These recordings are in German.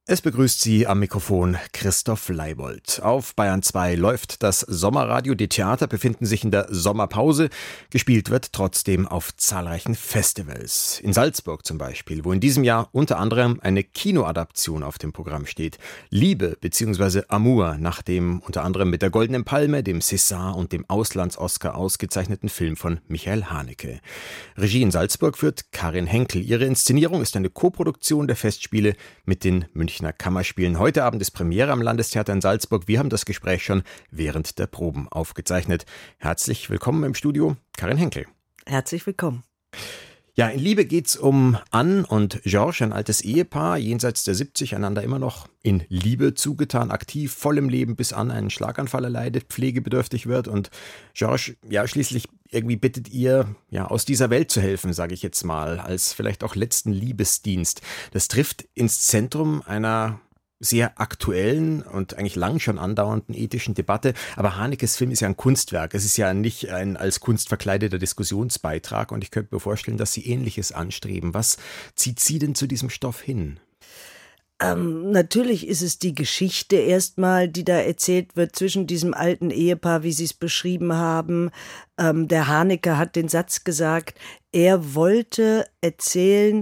Es begrüßt Sie am Mikrofon Christoph Leibold. Auf Bayern 2 läuft das Sommerradio. Die Theater befinden sich in der Sommerpause. Gespielt wird trotzdem auf zahlreichen Festivals. In Salzburg zum Beispiel, wo in diesem Jahr unter anderem eine Kinoadaption auf dem Programm steht. Liebe bzw. Amour, nach dem unter anderem mit der Goldenen Palme, dem César und dem Auslands-Oscar ausgezeichneten Film von Michael Haneke. Regie in Salzburg führt Karin Henkel. Ihre Inszenierung ist eine Koproduktion der Festspiele mit den Münchner Kammerspielen. Heute Abend ist Premiere am Landestheater in Salzburg. Wir haben das Gespräch schon während der Proben aufgezeichnet. Herzlich willkommen im Studio, Karin Henkel. Herzlich willkommen. Ja, in Liebe geht's um Anne und Georges, ein altes Ehepaar, jenseits der 70, einander immer noch in Liebe zugetan, aktiv, voll im Leben, bis Anne einen Schlaganfall erleidet, pflegebedürftig wird und Georges, ja, schließlich irgendwie bittet ihr, ja, aus dieser Welt zu helfen, sage ich jetzt mal, als vielleicht auch letzten Liebesdienst. Das trifft ins Zentrum einer sehr aktuellen und eigentlich lang schon andauernden ethischen Debatte. Aber Hanekes Film ist ja ein Kunstwerk. Es ist ja nicht ein als Kunst verkleideter Diskussionsbeitrag. Und ich könnte mir vorstellen, dass Sie Ähnliches anstreben. Was zieht Sie denn zu diesem Stoff hin? Natürlich ist es die Geschichte erstmal, die da erzählt wird zwischen diesem alten Ehepaar, wie Sie es beschrieben haben. Der Haneke hat den Satz gesagt, er wollte erzählen,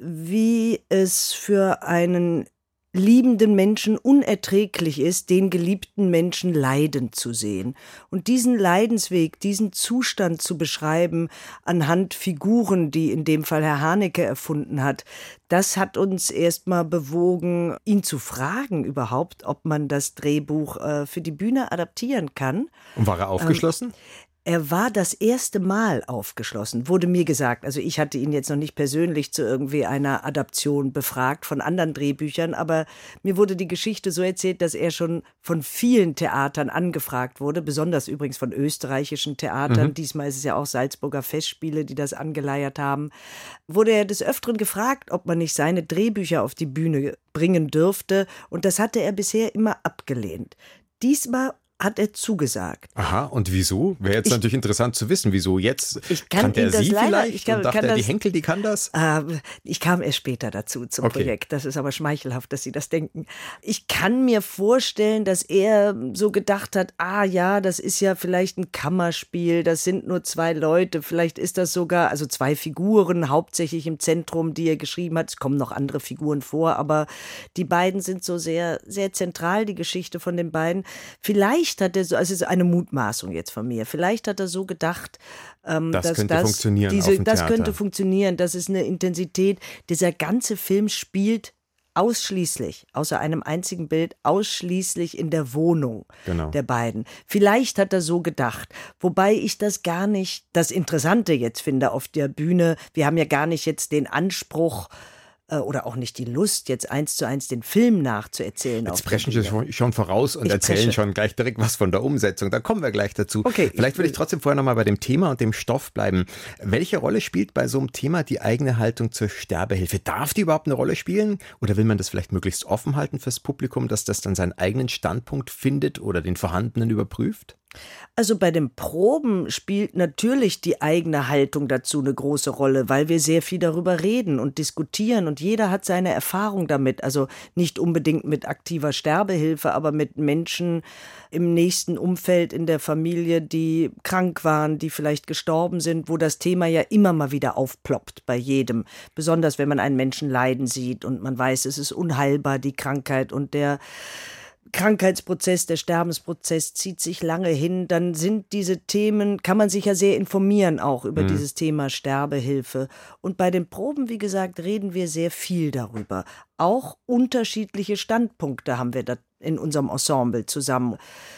wie es für einen liebenden Menschen unerträglich ist, den geliebten Menschen leiden zu sehen. Und diesen Leidensweg, diesen Zustand zu beschreiben anhand Figuren, die in dem Fall Herr Haneke erfunden hat, das hat uns erstmal bewogen, ihn zu fragen überhaupt, ob man das Drehbuch für die Bühne adaptieren kann. Und war er aufgeschlossen? Er war das erste Mal aufgeschlossen, wurde mir gesagt. Also ich hatte ihn jetzt noch nicht persönlich zu irgendwie einer Adaption befragt von anderen Drehbüchern, aber mir wurde die Geschichte so erzählt, dass er schon von vielen Theatern angefragt wurde, besonders übrigens von österreichischen Theatern. Diesmal ist es ja auch Salzburger Festspiele, die das angeleiert haben. Wurde er des Öfteren gefragt, ob man nicht seine Drehbücher auf die Bühne bringen dürfte, und das hatte er bisher immer abgelehnt. Diesmal hat er zugesagt. Aha, und wieso? Wäre jetzt natürlich interessant zu wissen, wieso jetzt? Kannte er Sie vielleicht? Und dachte er, die Henkel, die kann das? Ich kam erst später dazu zum Projekt. Das ist aber schmeichelhaft, dass Sie das denken. Ich kann mir vorstellen, dass er so gedacht hat, ja, das ist ja vielleicht ein Kammerspiel, das sind nur 2 Leute, vielleicht ist das sogar, also 2 Figuren hauptsächlich im Zentrum, die er geschrieben hat. Es kommen noch andere Figuren vor, aber die beiden sind so sehr, sehr zentral, die Geschichte von den beiden. Vielleicht hat er so, also es ist eine Mutmaßung jetzt von mir, vielleicht hat er so gedacht, das könnte funktionieren auf dem das Theater. Könnte funktionieren, das ist eine Intensität. Dieser ganze Film spielt ausschließlich, außer einem einzigen Bild, ausschließlich in der Wohnung der beiden. Vielleicht hat er so gedacht, wobei ich das gar nicht das Interessante jetzt finde auf der Bühne. Wir haben ja gar nicht jetzt den Anspruch, oder auch nicht die Lust, jetzt 1:1 den Film nachzuerzählen. Jetzt preschen Sie schon voraus und erzählen schon gleich direkt was von der Umsetzung. Da kommen wir gleich dazu. Okay, Vielleicht würde ich trotzdem vorher nochmal bei dem Thema und dem Stoff bleiben. Welche Rolle spielt bei so einem Thema die eigene Haltung zur Sterbehilfe? Darf die überhaupt eine Rolle spielen? Oder will man das vielleicht möglichst offen halten fürs Publikum, dass das dann seinen eigenen Standpunkt findet oder den vorhandenen überprüft? Also bei den Proben spielt natürlich die eigene Haltung dazu eine große Rolle, weil wir sehr viel darüber reden und diskutieren und jeder hat seine Erfahrung damit. Also nicht unbedingt mit aktiver Sterbehilfe, aber mit Menschen im nächsten Umfeld in der Familie, die krank waren, die vielleicht gestorben sind, wo das Thema ja immer mal wieder aufploppt bei jedem. Besonders wenn man einen Menschen leiden sieht und man weiß, es ist unheilbar, die Krankheit, und der Krankheitsprozess, der Sterbensprozess zieht sich lange hin, dann sind diese Themen, kann man sich ja sehr informieren auch über dieses Thema Sterbehilfe. Und bei den Proben, wie gesagt, reden wir sehr viel darüber. Auch unterschiedliche Standpunkte haben wir da in unserem Ensemble zusammen.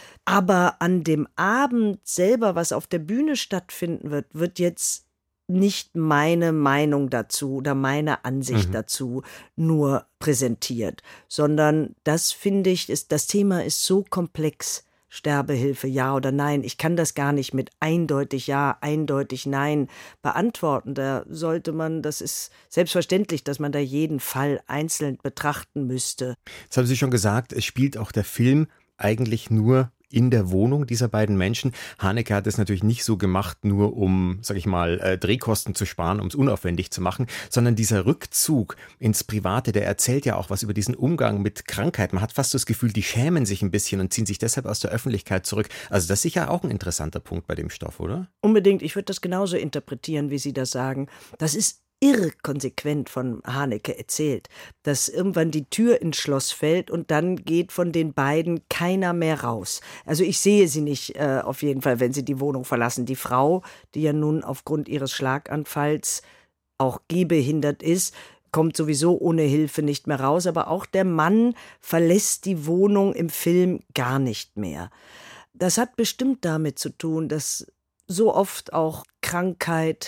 Aber an dem Abend selber, was auf der Bühne stattfinden wird, wird jetzt nicht meine Meinung dazu oder meine Ansicht dazu nur präsentiert, sondern das, finde ich, das Thema ist so komplex. Sterbehilfe, ja oder nein. Ich kann das gar nicht mit eindeutig ja, eindeutig nein beantworten. Da sollte man, das ist selbstverständlich, dass man da jeden Fall einzeln betrachten müsste. Jetzt haben Sie schon gesagt, es spielt auch der Film eigentlich nur in der Wohnung dieser beiden Menschen. Haneke hat es natürlich nicht so gemacht, nur um, sag ich mal, Drehkosten zu sparen, um es unaufwendig zu machen, sondern dieser Rückzug ins Private, der erzählt ja auch was über diesen Umgang mit Krankheit. Man hat fast das Gefühl, die schämen sich ein bisschen und ziehen sich deshalb aus der Öffentlichkeit zurück. Also das ist sicher auch ein interessanter Punkt bei dem Stoff, oder? Unbedingt. Ich würde das genauso interpretieren, wie Sie das sagen. Das ist irre konsequent von Haneke erzählt, dass irgendwann die Tür ins Schloss fällt und dann geht von den beiden keiner mehr raus. Also ich sehe sie nicht auf jeden Fall, wenn sie die Wohnung verlassen. Die Frau, die ja nun aufgrund ihres Schlaganfalls auch gehbehindert ist, kommt sowieso ohne Hilfe nicht mehr raus. Aber auch der Mann verlässt die Wohnung im Film gar nicht mehr. Das hat bestimmt damit zu tun, dass so oft auch Krankheit,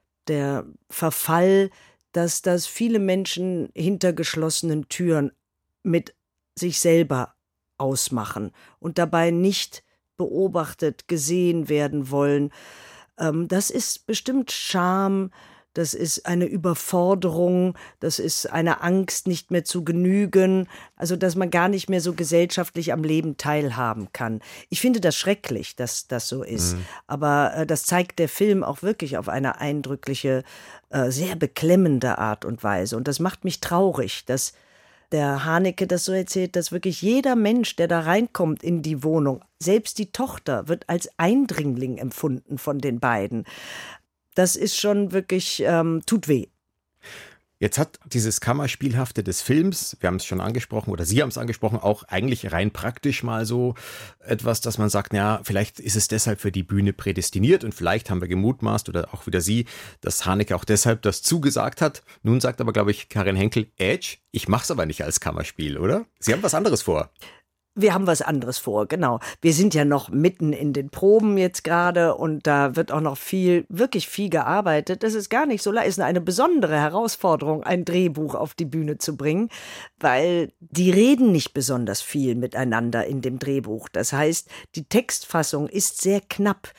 der Verfall, dass das viele Menschen hinter geschlossenen Türen mit sich selber ausmachen und dabei nicht beobachtet, gesehen werden wollen. Das ist bestimmt Scham, das ist eine Überforderung, das ist eine Angst, nicht mehr zu genügen, also dass man gar nicht mehr so gesellschaftlich am Leben teilhaben kann. Ich finde das schrecklich, dass das so ist, aber das zeigt der Film auch wirklich auf eine eindrückliche, sehr beklemmende Art und Weise. Und das macht mich traurig, dass der Haneke das so erzählt, dass wirklich jeder Mensch, der da reinkommt in die Wohnung, selbst die Tochter, wird als Eindringling empfunden von den beiden. Das ist schon wirklich, tut weh. Jetzt hat dieses Kammerspielhafte des Films, wir haben es schon angesprochen oder Sie haben es angesprochen, auch eigentlich rein praktisch mal so etwas, dass man sagt, ja, vielleicht ist es deshalb für die Bühne prädestiniert und vielleicht haben wir gemutmaßt oder auch wieder Sie, dass Haneke auch deshalb das zugesagt hat. Nun sagt aber, glaube ich, Karin Henkel, ich mach's aber nicht als Kammerspiel, oder? Sie haben was anderes vor. Wir haben was anderes vor, genau. Wir sind ja noch mitten in den Proben jetzt gerade und da wird auch noch wirklich viel gearbeitet. Das ist gar nicht so leicht. Es ist eine besondere Herausforderung, ein Drehbuch auf die Bühne zu bringen, weil die reden nicht besonders viel miteinander in dem Drehbuch. Das heißt, die Textfassung ist sehr knapp.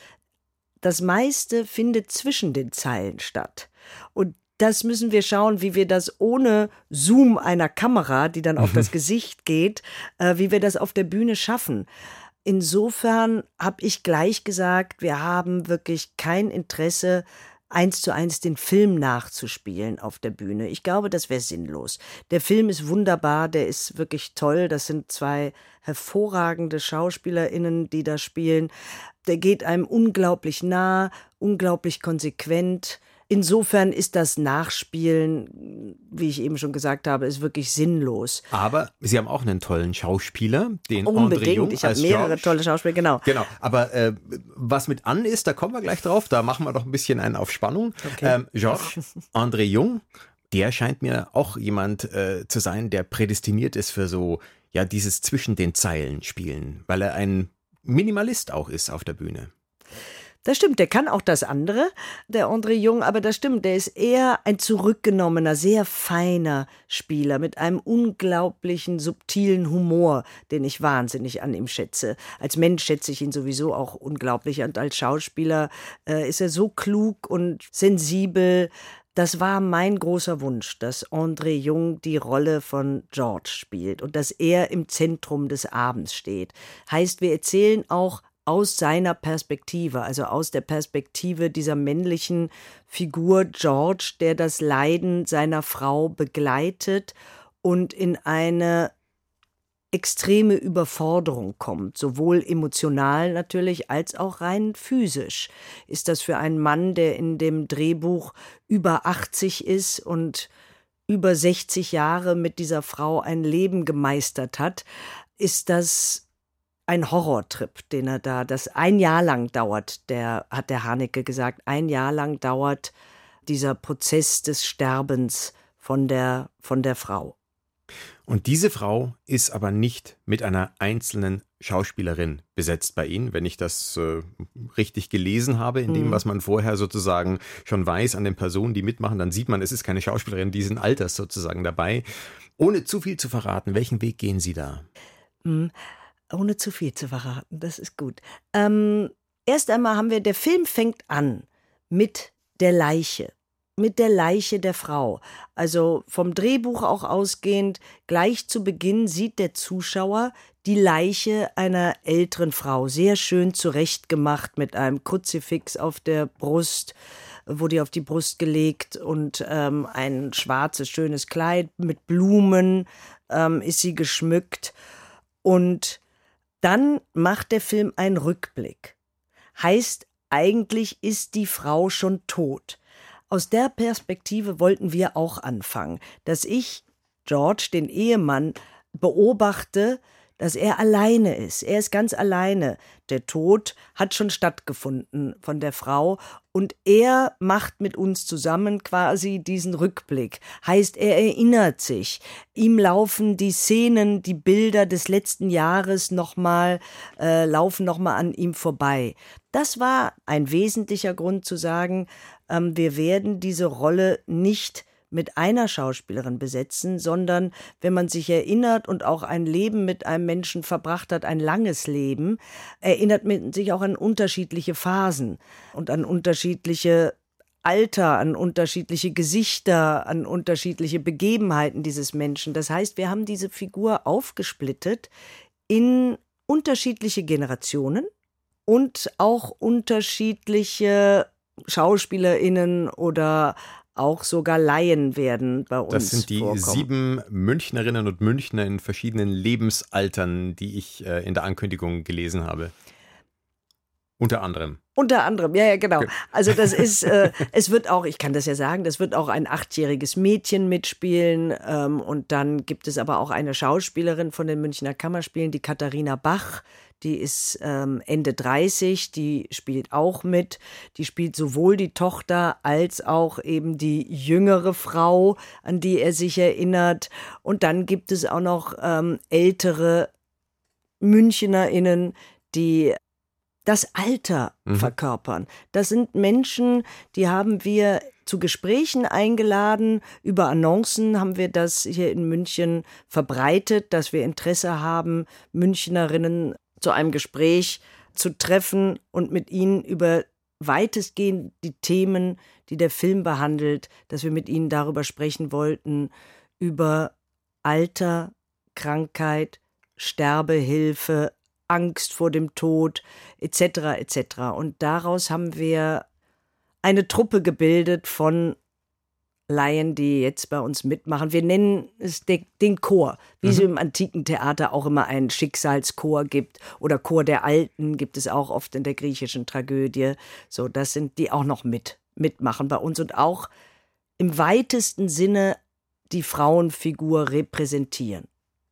Das meiste findet zwischen den Zeilen statt. Und das müssen wir schauen, wie wir das ohne Zoom einer Kamera, die dann auf das Gesicht geht, wie wir das auf der Bühne schaffen. Insofern habe ich gleich gesagt, wir haben wirklich kein Interesse, 1:1 den Film nachzuspielen auf der Bühne. Ich glaube, das wäre sinnlos. Der Film ist wunderbar, der ist wirklich toll. Das sind 2 hervorragende SchauspielerInnen, die da spielen. Der geht einem unglaublich nah, unglaublich konsequent. Insofern ist das Nachspielen, wie ich eben schon gesagt habe, ist wirklich sinnlos. Aber Sie haben auch einen tollen Schauspieler, den Unbedingt. André Jung. Ich habe mehrere tolle Schauspieler, genau. Genau, aber was mit an ist, da kommen wir gleich drauf, da machen wir doch ein bisschen einen auf Spannung. Okay. Georges, André Jung, der scheint mir auch jemand zu sein, der prädestiniert ist für so, ja, dieses zwischen den Zeilen spielen, weil er ein Minimalist auch ist auf der Bühne. Das stimmt, der kann auch das andere, der André Jung, aber das stimmt, der ist eher ein zurückgenommener, sehr feiner Spieler mit einem unglaublichen, subtilen Humor, den ich wahnsinnig an ihm schätze. Als Mensch schätze ich ihn sowieso auch unglaublich und als Schauspieler ist er so klug und sensibel. Das war mein großer Wunsch, dass André Jung die Rolle von George spielt und dass er im Zentrum des Abends steht. Heißt, wir erzählen auch aus seiner Perspektive, also aus der Perspektive dieser männlichen Figur George, der das Leiden seiner Frau begleitet und in eine extreme Überforderung kommt, sowohl emotional natürlich als auch rein physisch. Ist das für einen Mann, der in dem Drehbuch über 80 ist und über 60 Jahre mit dieser Frau ein Leben gemeistert hat, ist das ein Horrortrip, den er da, das 1 Jahr lang dauert, hat der Haneke gesagt, 1 Jahr lang dauert dieser Prozess des Sterbens von der Frau. Und diese Frau ist aber nicht mit einer einzelnen Schauspielerin besetzt bei Ihnen, wenn ich das richtig gelesen habe, in dem, was man vorher sozusagen schon weiß an den Personen, die mitmachen, dann sieht man, es ist keine Schauspielerin diesen Alters sozusagen dabei. Ohne zu viel zu verraten, welchen Weg gehen Sie da? Ohne zu viel zu verraten, das ist gut. Erst einmal der Film fängt an mit der Leiche, mit der Leiche der Frau. Also vom Drehbuch auch ausgehend, gleich zu Beginn sieht der Zuschauer die Leiche einer älteren Frau, sehr schön zurechtgemacht mit einem Kruzifix auf der Brust, wurde ihr auf die Brust gelegt und ein schwarzes, schönes Kleid mit Blumen ist sie geschmückt. Und dann macht der Film einen Rückblick. Heißt, eigentlich ist die Frau schon tot. Aus der Perspektive wollten wir auch anfangen, dass ich George, den Ehemann, beobachte, dass er alleine ist. Er ist ganz alleine. Der Tod hat schon stattgefunden von der Frau und er macht mit uns zusammen quasi diesen Rückblick. Heißt, er erinnert sich. Ihm laufen die Szenen, die Bilder des letzten Jahres laufen nochmal an ihm vorbei. Das war ein wesentlicher Grund zu sagen, wir werden diese Rolle nicht mit einer Schauspielerin besetzen, sondern wenn man sich erinnert und auch ein Leben mit einem Menschen verbracht hat, ein langes Leben, erinnert man sich auch an unterschiedliche Phasen und an unterschiedliche Alter, an unterschiedliche Gesichter, an unterschiedliche Begebenheiten dieses Menschen. Das heißt, wir haben diese Figur aufgesplittet in unterschiedliche Generationen und auch unterschiedliche SchauspielerInnen oder auch sogar Laien werden bei uns. Das sind die vorkommen. 7 Münchnerinnen und Münchner in verschiedenen Lebensaltern, die ich in der Ankündigung gelesen habe. Unter anderem. Unter anderem, ja, genau. Also das ist, es wird auch, ich kann das ja sagen, das wird auch ein 8-jähriges Mädchen mitspielen und dann gibt es aber auch eine Schauspielerin von den Münchner Kammerspielen, die Katharina Bach. Die ist Ende 30, die spielt auch mit. Die spielt sowohl die Tochter als auch eben die jüngere Frau, an die er sich erinnert. Und dann gibt es auch noch ältere MünchnerInnen, die das Alter verkörpern. Das sind Menschen, die haben wir zu Gesprächen eingeladen. Über Annoncen haben wir das hier in München verbreitet, dass wir Interesse haben, Münchnerinnen zu einem Gespräch zu treffen und mit ihnen über weitestgehend die Themen, die der Film behandelt, dass wir mit ihnen darüber sprechen wollten, über Alter, Krankheit, Sterbehilfe, Angst vor dem Tod, etc. etc. Und daraus haben wir eine Truppe gebildet von Laien, die jetzt bei uns mitmachen. Wir nennen es den Chor, wie es im antiken Theater auch immer einen Schicksalschor gibt oder Chor der Alten gibt es auch oft in der griechischen Tragödie. So, das sind die auch noch mitmachen bei uns und auch im weitesten Sinne die Frauenfigur repräsentieren.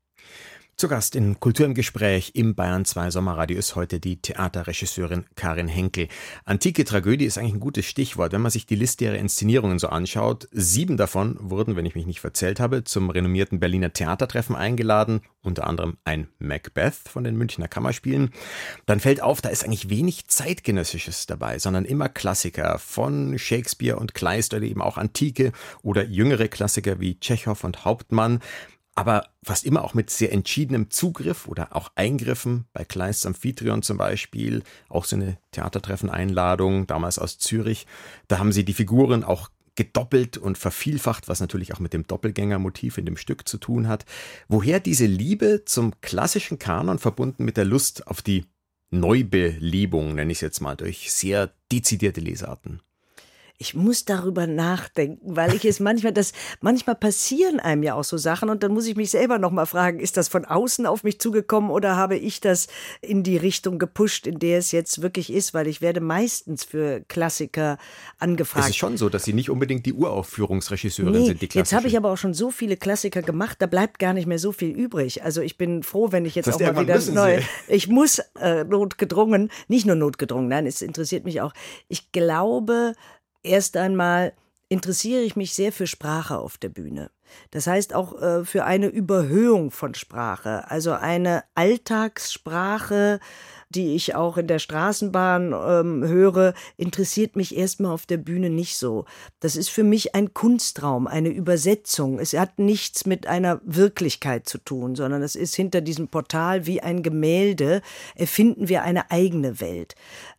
Zu Gast in Kultur im Gespräch im Bayern 2 Sommerradio ist heute die Theaterregisseurin Karin Henkel. Antike Tragödie ist eigentlich ein gutes Stichwort. Wenn man sich die Liste ihrer Inszenierungen so anschaut, 7 davon wurden, wenn ich mich nicht verzählt habe, zum renommierten Berliner Theatertreffen eingeladen, unter anderem ein Macbeth von den Münchner Kammerspielen. Dann fällt auf, da ist eigentlich wenig Zeitgenössisches dabei, sondern immer Klassiker von Shakespeare und Kleist oder eben auch Antike oder jüngere Klassiker wie Tschechow und Hauptmann. Aber fast immer auch mit sehr entschiedenem Zugriff oder auch Eingriffen, bei Kleists Amphitryon zum Beispiel, auch so eine Theatertreffen-Einladung, damals aus Zürich. Da haben sie die Figuren auch gedoppelt und vervielfacht, was natürlich auch mit dem Doppelgängermotiv in dem Stück zu tun hat. Woher diese Liebe zum klassischen Kanon verbunden mit der Lust auf die Neubelebung, nenne ich es jetzt mal, durch sehr dezidierte Lesarten? Ich muss darüber nachdenken, weil ich es manchmal passieren einem ja auch so Sachen und dann muss ich mich selber nochmal fragen, ist das von außen auf mich zugekommen oder habe ich das in die Richtung gepusht, in der es jetzt wirklich ist, weil ich werde meistens für Klassiker angefragt. Es ist schon so, dass Sie nicht unbedingt die Uraufführungsregisseurin sind, die klassische. Jetzt habe ich aber auch schon so viele Klassiker gemacht, da bleibt gar nicht mehr so viel übrig. Also ich bin froh, wenn ich jetzt auch mal wieder neu. Ich muss notgedrungen, nicht nur notgedrungen, nein, es interessiert mich auch. Ich glaube, erst einmal interessiere ich mich sehr für Sprache auf der Bühne. Das heißt auch für eine Überhöhung von Sprache, also eine Alltagssprache, die ich auch in der Straßenbahn höre, interessiert mich erstmal auf der Bühne nicht so. Das ist für mich ein Kunstraum, eine Übersetzung. Es hat nichts mit einer Wirklichkeit zu tun, sondern es ist hinter diesem Portal wie ein Gemälde, erfinden wir eine eigene Welt.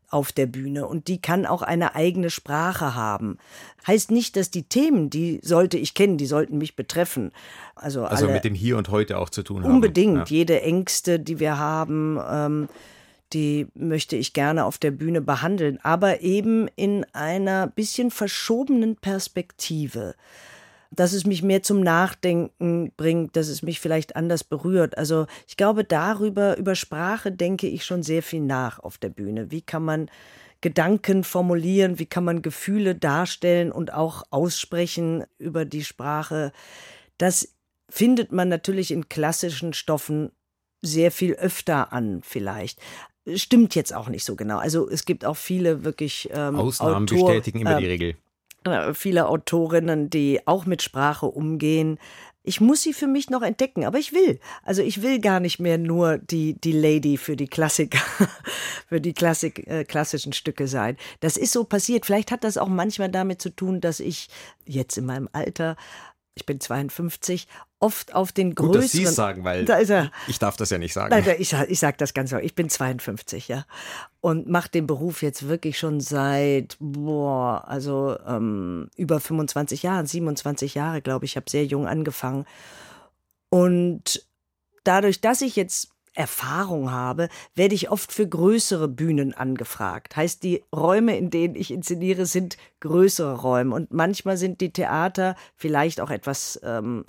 auf der Bühne und die kann auch eine eigene Sprache haben. Heißt nicht, dass die Themen, die sollte ich kennen, die sollten mich betreffen. Also alle mit dem Hier und Heute auch zu tun haben. Unbedingt. Ja. Jede Ängste, die wir haben, die möchte ich gerne auf der Bühne behandeln, aber eben in einer bisschen verschobenen Perspektive. Dass es mich mehr zum Nachdenken bringt, dass es mich vielleicht anders berührt. Also ich glaube, über Sprache denke ich schon sehr viel nach auf der Bühne. Wie kann man Gedanken formulieren, wie kann man Gefühle darstellen und auch aussprechen über die Sprache. Das findet man natürlich in klassischen Stoffen sehr viel öfter an vielleicht. Stimmt jetzt auch nicht so genau. Also es gibt auch viele wirklich Ausnahmen bestätigen immer die Regel. Viele Autorinnen, die auch mit Sprache umgehen. Ich muss sie für mich noch entdecken, aber ich will. Also ich will gar nicht mehr nur die Lady für die Klassiker, für die klassischen Stücke sein. Das ist so passiert. Vielleicht hat das auch manchmal damit zu tun, dass ich jetzt in meinem Alter, ich bin 52, oft auf den größeren... Gut, dass Sie es sagen, weil ich darf das ja nicht sagen. Nein, ich sage das ganz so. Ich bin 52, ja. Und mache den Beruf jetzt wirklich schon seit, über 25 Jahren, 27 Jahre, glaube ich. Ich habe sehr jung angefangen. Und dadurch, dass ich jetzt Erfahrung habe, werde ich oft für größere Bühnen angefragt. Heißt, die Räume, in denen ich inszeniere, sind größere Räume. Und manchmal sind die Theater vielleicht auch etwas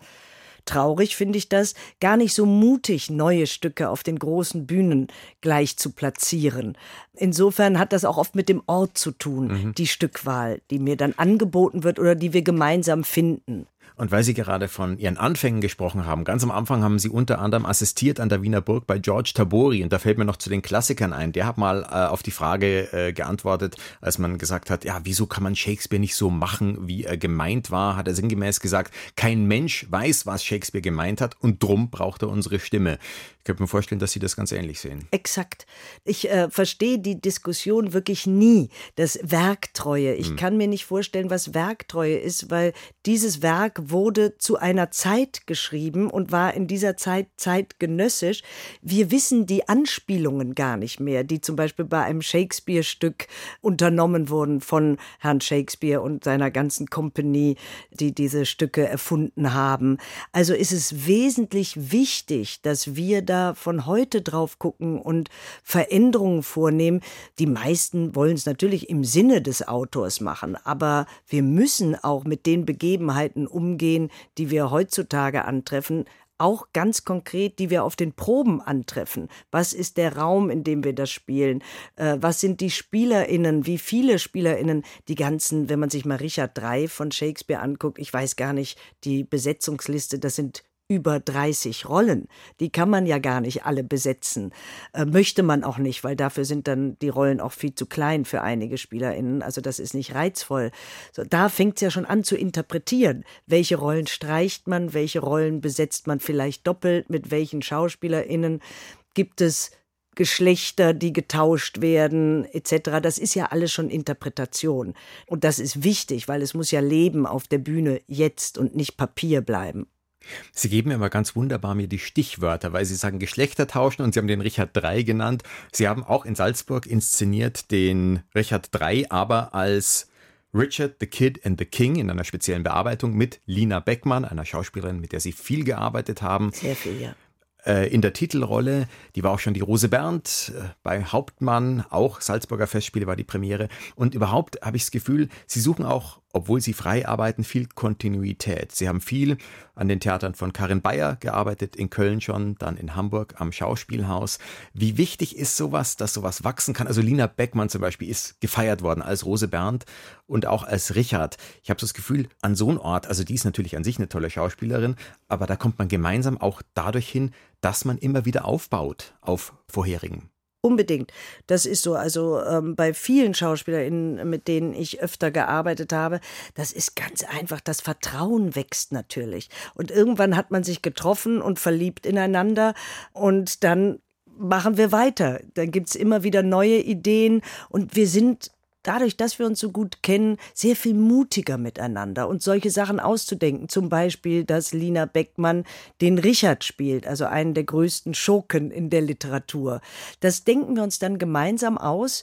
traurig, finde ich das, gar nicht so mutig, neue Stücke auf den großen Bühnen gleich zu platzieren. Insofern hat das auch oft mit dem Ort zu tun, die Stückwahl, die mir dann angeboten wird oder die wir gemeinsam finden. Und weil Sie gerade von Ihren Anfängen gesprochen haben, ganz am Anfang haben Sie unter anderem assistiert an der Wiener Burg bei George Tabori. Und da fällt mir noch zu den Klassikern ein. Der hat mal auf die Frage geantwortet, als man gesagt hat, ja, wieso kann man Shakespeare nicht so machen, wie er gemeint war, hat er sinngemäß gesagt, kein Mensch weiß, was Shakespeare gemeint hat und drum braucht er unsere Stimme. Ich könnte mir vorstellen, dass Sie das ganz ähnlich sehen. Exakt. Ich verstehe die Diskussion wirklich nie, das Werktreue. Ich kann mir nicht vorstellen, was Werktreue ist, weil dieses Werk wurde zu einer Zeit geschrieben und war in dieser Zeit zeitgenössisch. Wir wissen die Anspielungen gar nicht mehr, die zum Beispiel bei einem Shakespeare-Stück unternommen wurden von Herrn Shakespeare und seiner ganzen Company, die diese Stücke erfunden haben. Also ist es wesentlich wichtig, dass wir da von heute drauf gucken und Veränderungen vornehmen. Die meisten wollen es natürlich im Sinne des Autors machen, aber wir müssen auch mit den Begebenheiten umgehen, die wir heutzutage antreffen, auch ganz konkret, die wir auf den Proben antreffen. Was ist der Raum, in dem wir das spielen? Was sind die SpielerInnen? Wie viele SpielerInnen? Die ganzen, wenn man sich mal Richard III von Shakespeare anguckt, ich weiß gar nicht, die Besetzungsliste, das sind über 30 Rollen. Die kann man ja gar nicht alle besetzen. Möchte man auch nicht, weil dafür sind dann die Rollen auch viel zu klein für einige SpielerInnen. Also das ist nicht reizvoll. So, da fängt es ja schon an zu interpretieren. Welche Rollen streicht man? Welche Rollen besetzt man vielleicht doppelt? Mit welchen SchauspielerInnen? Gibt es Geschlechter, die getauscht werden, etc. Das ist ja alles schon Interpretation. Und das ist wichtig, weil es muss ja leben auf der Bühne jetzt und nicht Papier bleiben. Sie geben immer ganz wunderbar mir die Stichwörter, weil Sie sagen Geschlechter tauschen und Sie haben den Richard III genannt. Sie haben auch in Salzburg inszeniert den Richard III, aber als Richard the Kid and the King in einer speziellen Bearbeitung mit Lina Beckmann, einer Schauspielerin, mit der Sie viel gearbeitet haben. Sehr viel, ja. In der Titelrolle, die war auch schon die Rose Bernd, bei Hauptmann, auch Salzburger Festspiele war die Premiere. Und überhaupt habe ich das Gefühl, Sie suchen auch, obwohl Sie frei arbeiten, viel Kontinuität. Sie haben viel an den Theatern von Karin Bayer gearbeitet, in Köln schon, dann in Hamburg am Schauspielhaus. Wie wichtig ist sowas, dass sowas wachsen kann? Also Lina Beckmann zum Beispiel ist gefeiert worden als Rose Bernd und auch als Richard. Ich habe so das Gefühl, an so einem Ort, also die ist natürlich an sich eine tolle Schauspielerin, aber da kommt man gemeinsam auch dadurch hin, dass man immer wieder aufbaut auf vorherigen. Unbedingt. Das ist so. Also bei vielen SchauspielerInnen, mit denen ich öfter gearbeitet habe, das ist ganz einfach. Das Vertrauen wächst natürlich. Und irgendwann hat man sich getroffen und verliebt ineinander und dann machen wir weiter. Dann gibt's immer wieder neue Ideen und wir sind dadurch, dass wir uns so gut kennen, sehr viel mutiger miteinander und solche Sachen auszudenken. Zum Beispiel, dass Lina Beckmann den Richard spielt, also einen der größten Schurken in der Literatur. Das denken wir uns dann gemeinsam aus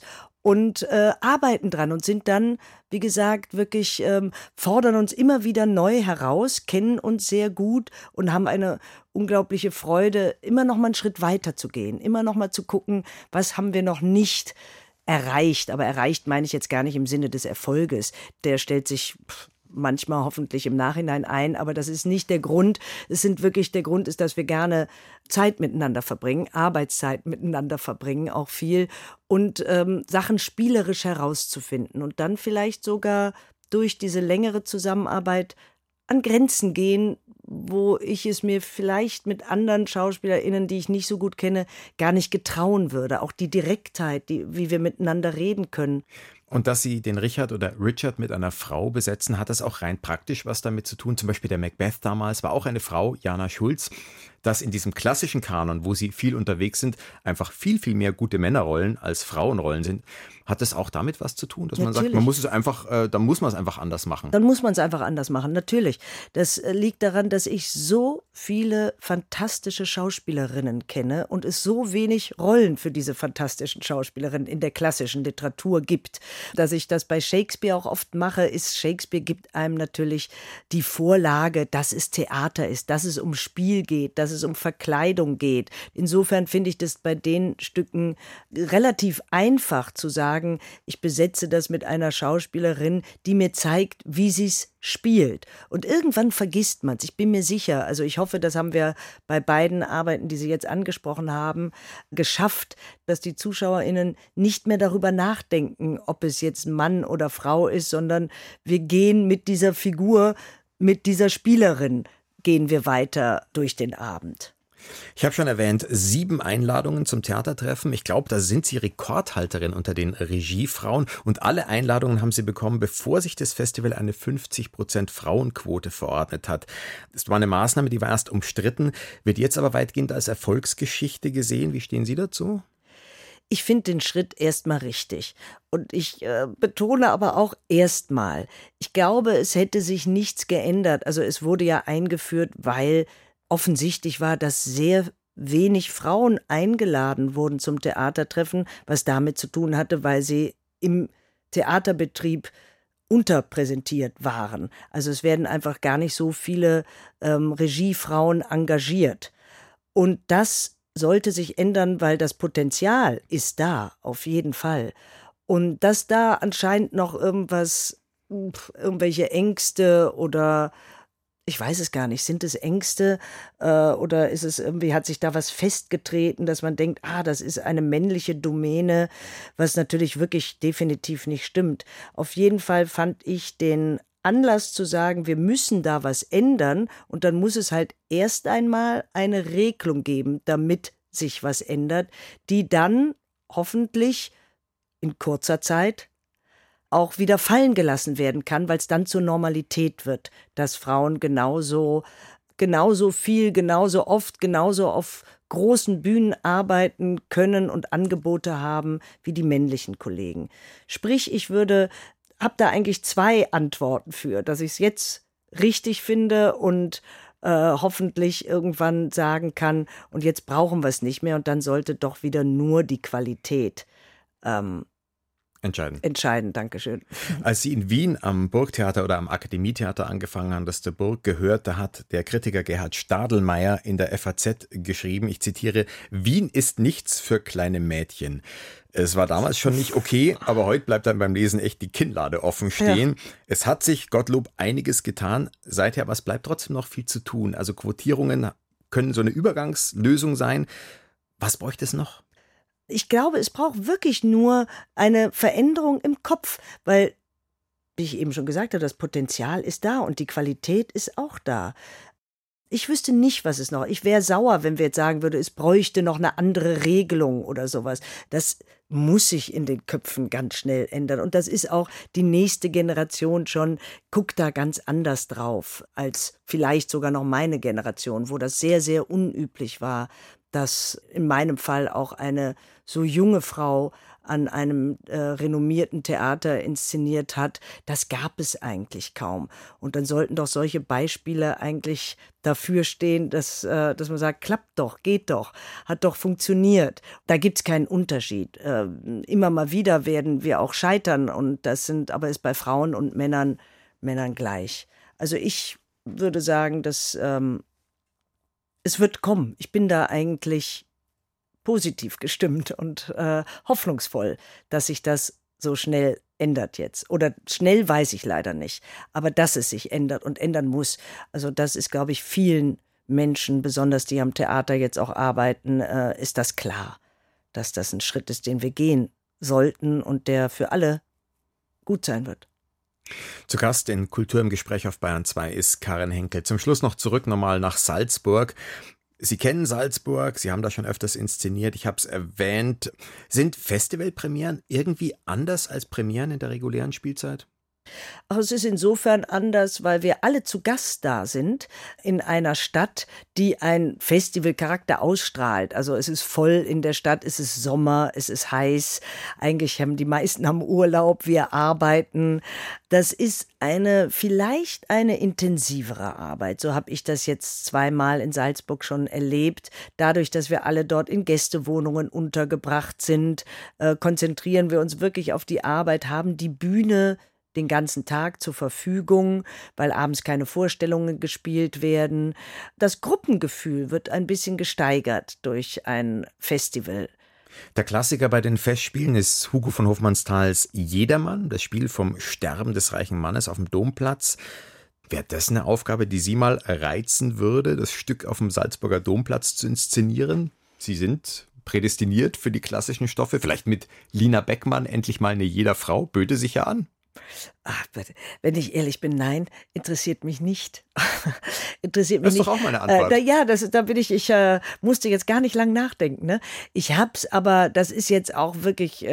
und arbeiten dran und sind dann, wie gesagt, wirklich fordern uns immer wieder neu heraus, kennen uns sehr gut und haben eine unglaubliche Freude, immer noch mal einen Schritt weiter zu gehen, immer noch mal zu gucken, was haben wir noch nicht erreicht. Aber erreicht meine ich jetzt gar nicht im Sinne des Erfolges. Der stellt sich manchmal hoffentlich im Nachhinein ein, aber das ist nicht der Grund. Der Grund ist, dass wir gerne Zeit miteinander verbringen, Arbeitszeit miteinander verbringen, auch viel und Sachen spielerisch herauszufinden und dann vielleicht sogar durch diese längere Zusammenarbeit an Grenzen gehen, wo ich es mir vielleicht mit anderen SchauspielerInnen, die ich nicht so gut kenne, gar nicht getrauen würde. Auch die Direktheit, wie wir miteinander reden können. Und dass Sie den Richard oder Richard mit einer Frau besetzen, hat das auch rein praktisch was damit zu tun? Zum Beispiel der Macbeth damals war auch eine Frau, Jana Schulz, dass in diesem klassischen Kanon, wo Sie viel unterwegs sind, einfach viel, viel mehr gute Männerrollen als Frauenrollen sind. Hat das auch damit was zu tun, dass man sagt, man muss es einfach, dann muss man es einfach anders machen? Dann muss man es einfach anders machen, natürlich. Das liegt daran, dass ich so viele fantastische Schauspielerinnen kenne und es so wenig Rollen für diese fantastischen Schauspielerinnen in der klassischen Literatur gibt. Dass ich das bei Shakespeare auch oft mache, ist, Shakespeare gibt einem natürlich die Vorlage, dass es Theater ist, dass es um Spiel geht, dass es um Verkleidung geht. Insofern finde ich das bei den Stücken relativ einfach zu sagen, ich besetze das mit einer Schauspielerin, die mir zeigt, wie sie es spielt. Und irgendwann vergisst man es, ich bin mir sicher. Also ich hoffe, das haben wir bei beiden Arbeiten, die Sie jetzt angesprochen haben, geschafft, dass die ZuschauerInnen nicht mehr darüber nachdenken, ob es jetzt Mann oder Frau ist, sondern wir gehen mit dieser Figur, mit dieser Spielerin, gehen wir weiter durch den Abend. Ich habe schon erwähnt, 7 Einladungen zum Theatertreffen. Ich glaube, da sind Sie Rekordhalterin unter den Regiefrauen. Und alle Einladungen haben Sie bekommen, bevor sich das Festival eine 50% Frauenquote verordnet hat. Das war eine Maßnahme, die war erst umstritten, wird jetzt aber weitgehend als Erfolgsgeschichte gesehen. Wie stehen Sie dazu? Ich finde den Schritt erstmal richtig. Und ich betone aber auch erstmal. Ich glaube, es hätte sich nichts geändert. Also es wurde ja eingeführt, weil offensichtlich war, dass sehr wenig Frauen eingeladen wurden zum Theatertreffen, was damit zu tun hatte, weil sie im Theaterbetrieb unterpräsentiert waren. Also es werden einfach gar nicht so viele Regiefrauen engagiert. Und das sollte sich ändern, weil das Potenzial ist da, auf jeden Fall. Und dass da anscheinend noch irgendwelche Ängste oder ich weiß es gar nicht, sind es Ängste oder ist es irgendwie, hat sich da was festgetreten, dass man denkt, das ist eine männliche Domäne, was natürlich wirklich definitiv nicht stimmt. Auf jeden Fall fand ich den Anlass zu sagen, wir müssen da was ändern und dann muss es halt erst einmal eine Regelung geben, damit sich was ändert, die dann hoffentlich in kurzer Zeit auch wieder fallen gelassen werden kann, weil es dann zur Normalität wird, dass Frauen genauso viel, genauso oft, genauso auf großen Bühnen arbeiten können und Angebote haben wie die männlichen Kollegen. Sprich, ich habe da eigentlich 2 Antworten für, dass ich es jetzt richtig finde und hoffentlich irgendwann sagen kann, und jetzt brauchen wir es nicht mehr und dann sollte doch wieder nur die Qualität Entscheiden, Dankeschön. Als Sie in Wien am Burgtheater oder am Akademietheater angefangen haben, das der Burg gehört, da hat der Kritiker Gerhard Stadelmeier in der FAZ geschrieben, ich zitiere, Wien ist nichts für kleine Mädchen. Es war damals schon nicht okay, aber heute bleibt dann beim Lesen echt die Kinnlade offen stehen. Ja. Es hat sich, Gottlob, einiges getan seither, aber es bleibt trotzdem noch viel zu tun. Also Quotierungen können so eine Übergangslösung sein. Was bräuchte es noch? Ich glaube, es braucht wirklich nur eine Veränderung im Kopf, weil, wie ich eben schon gesagt habe, das Potenzial ist da und die Qualität ist auch da. Ich wüsste nicht, was es noch. Ich wäre sauer, wenn wir jetzt sagen würden, es bräuchte noch eine andere Regelung oder sowas. Das muss sich in den Köpfen ganz schnell ändern. Und das ist auch die nächste Generation schon, guckt da ganz anders drauf, als vielleicht sogar noch meine Generation, wo das sehr, sehr unüblich war, dass in meinem Fall auch eine so junge Frau an einem renommierten Theater inszeniert hat, das gab es eigentlich kaum. Und dann sollten doch solche Beispiele eigentlich dafür stehen, dass man sagt, klappt doch, geht doch, hat doch funktioniert. Da gibt es keinen Unterschied. Immer mal wieder werden wir auch scheitern und aber ist bei Frauen und Männern gleich. Also ich würde sagen, dass es wird kommen. Ich bin da eigentlich positiv gestimmt und hoffnungsvoll, dass sich das so schnell ändert jetzt. Oder schnell weiß ich leider nicht. Aber dass es sich ändert und ändern muss, also das ist, glaube ich, vielen Menschen, besonders die am Theater jetzt auch arbeiten, ist das klar, dass das ein Schritt ist, den wir gehen sollten und der für alle gut sein wird. Zu Gast in Kultur im Gespräch auf Bayern 2 ist Karin Henkel. Zum Schluss noch zurück nochmal nach Salzburg. Sie kennen Salzburg, Sie haben da schon öfters inszeniert, ich habe es erwähnt. Sind Festivalpremieren irgendwie anders als Premieren in der regulären Spielzeit? Ach, es ist insofern anders, weil wir alle zu Gast da sind in einer Stadt, die einen Festivalcharakter ausstrahlt. Also es ist voll in der Stadt, es ist Sommer, es ist heiß. Eigentlich haben die meisten haben Urlaub, wir arbeiten. Das ist vielleicht eine intensivere Arbeit. So habe ich das jetzt zweimal in Salzburg schon erlebt. Dadurch, dass wir alle dort in Gästewohnungen untergebracht sind, konzentrieren wir uns wirklich auf die Arbeit, haben die Bühne den ganzen Tag zur Verfügung, weil abends keine Vorstellungen gespielt werden. Das Gruppengefühl wird ein bisschen gesteigert durch ein Festival. Der Klassiker bei den Festspielen ist Hugo von Hofmannsthals Jedermann, das Spiel vom Sterben des reichen Mannes auf dem Domplatz. Wäre das eine Aufgabe, die Sie mal reizen würde, das Stück auf dem Salzburger Domplatz zu inszenieren? Sie sind prädestiniert für die klassischen Stoffe, vielleicht mit Lina Beckmann, endlich mal eine Jederfrau, böte sich ja an. Ach, wenn ich ehrlich bin, nein, interessiert mich nicht. Interessiert mich das ist nicht. Doch auch meine Antwort. Da bin ich musste jetzt gar nicht lang nachdenken. Ne? Ich hab's, aber das ist jetzt auch wirklich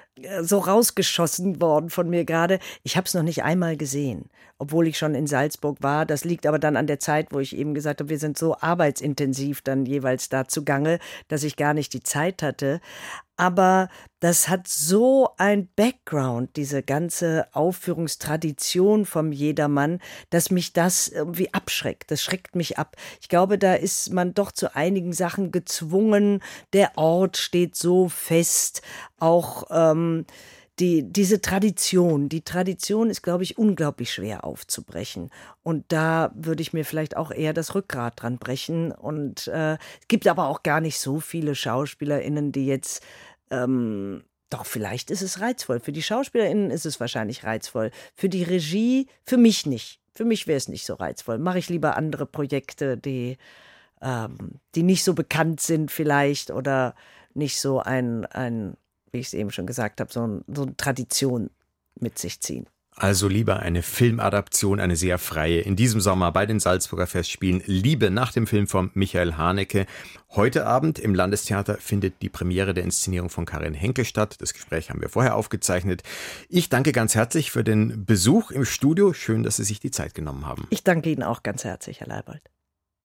so rausgeschossen worden von mir gerade. Ich hab's noch nicht einmal gesehen, obwohl ich schon in Salzburg war. Das liegt aber dann an der Zeit, wo ich eben gesagt habe, wir sind so arbeitsintensiv dann jeweils da zugange, dass ich gar nicht die Zeit hatte. Aber das hat so ein Background, diese ganze Aufführungstradition vom Jedermann, dass mich das irgendwie abschreckt. Das schreckt mich ab. Ich glaube, da ist man doch zu einigen Sachen gezwungen. Der Ort steht so fest. Auch diese Tradition. Die Tradition ist, glaube ich, unglaublich schwer aufzubrechen. Und da würde ich mir vielleicht auch eher das Rückgrat dran brechen. Und es gibt aber auch gar nicht so viele SchauspielerInnen, die jetzt doch, vielleicht ist es reizvoll. Für die SchauspielerInnen ist es wahrscheinlich reizvoll. Für die Regie, für mich nicht. Für mich wäre es nicht so reizvoll. Mache ich lieber andere Projekte, die nicht so bekannt sind vielleicht oder nicht so wie ich es eben schon gesagt habe, so eine Tradition mit sich ziehen. Also lieber eine Filmadaption, eine sehr freie. In diesem Sommer bei den Salzburger Festspielen Liebe nach dem Film von Michael Haneke. Heute Abend im Landestheater findet die Premiere der Inszenierung von Karin Henkel statt. Das Gespräch haben wir vorher aufgezeichnet. Ich danke ganz herzlich für den Besuch im Studio. Schön, dass Sie sich die Zeit genommen haben. Ich danke Ihnen auch ganz herzlich, Herr Leibold.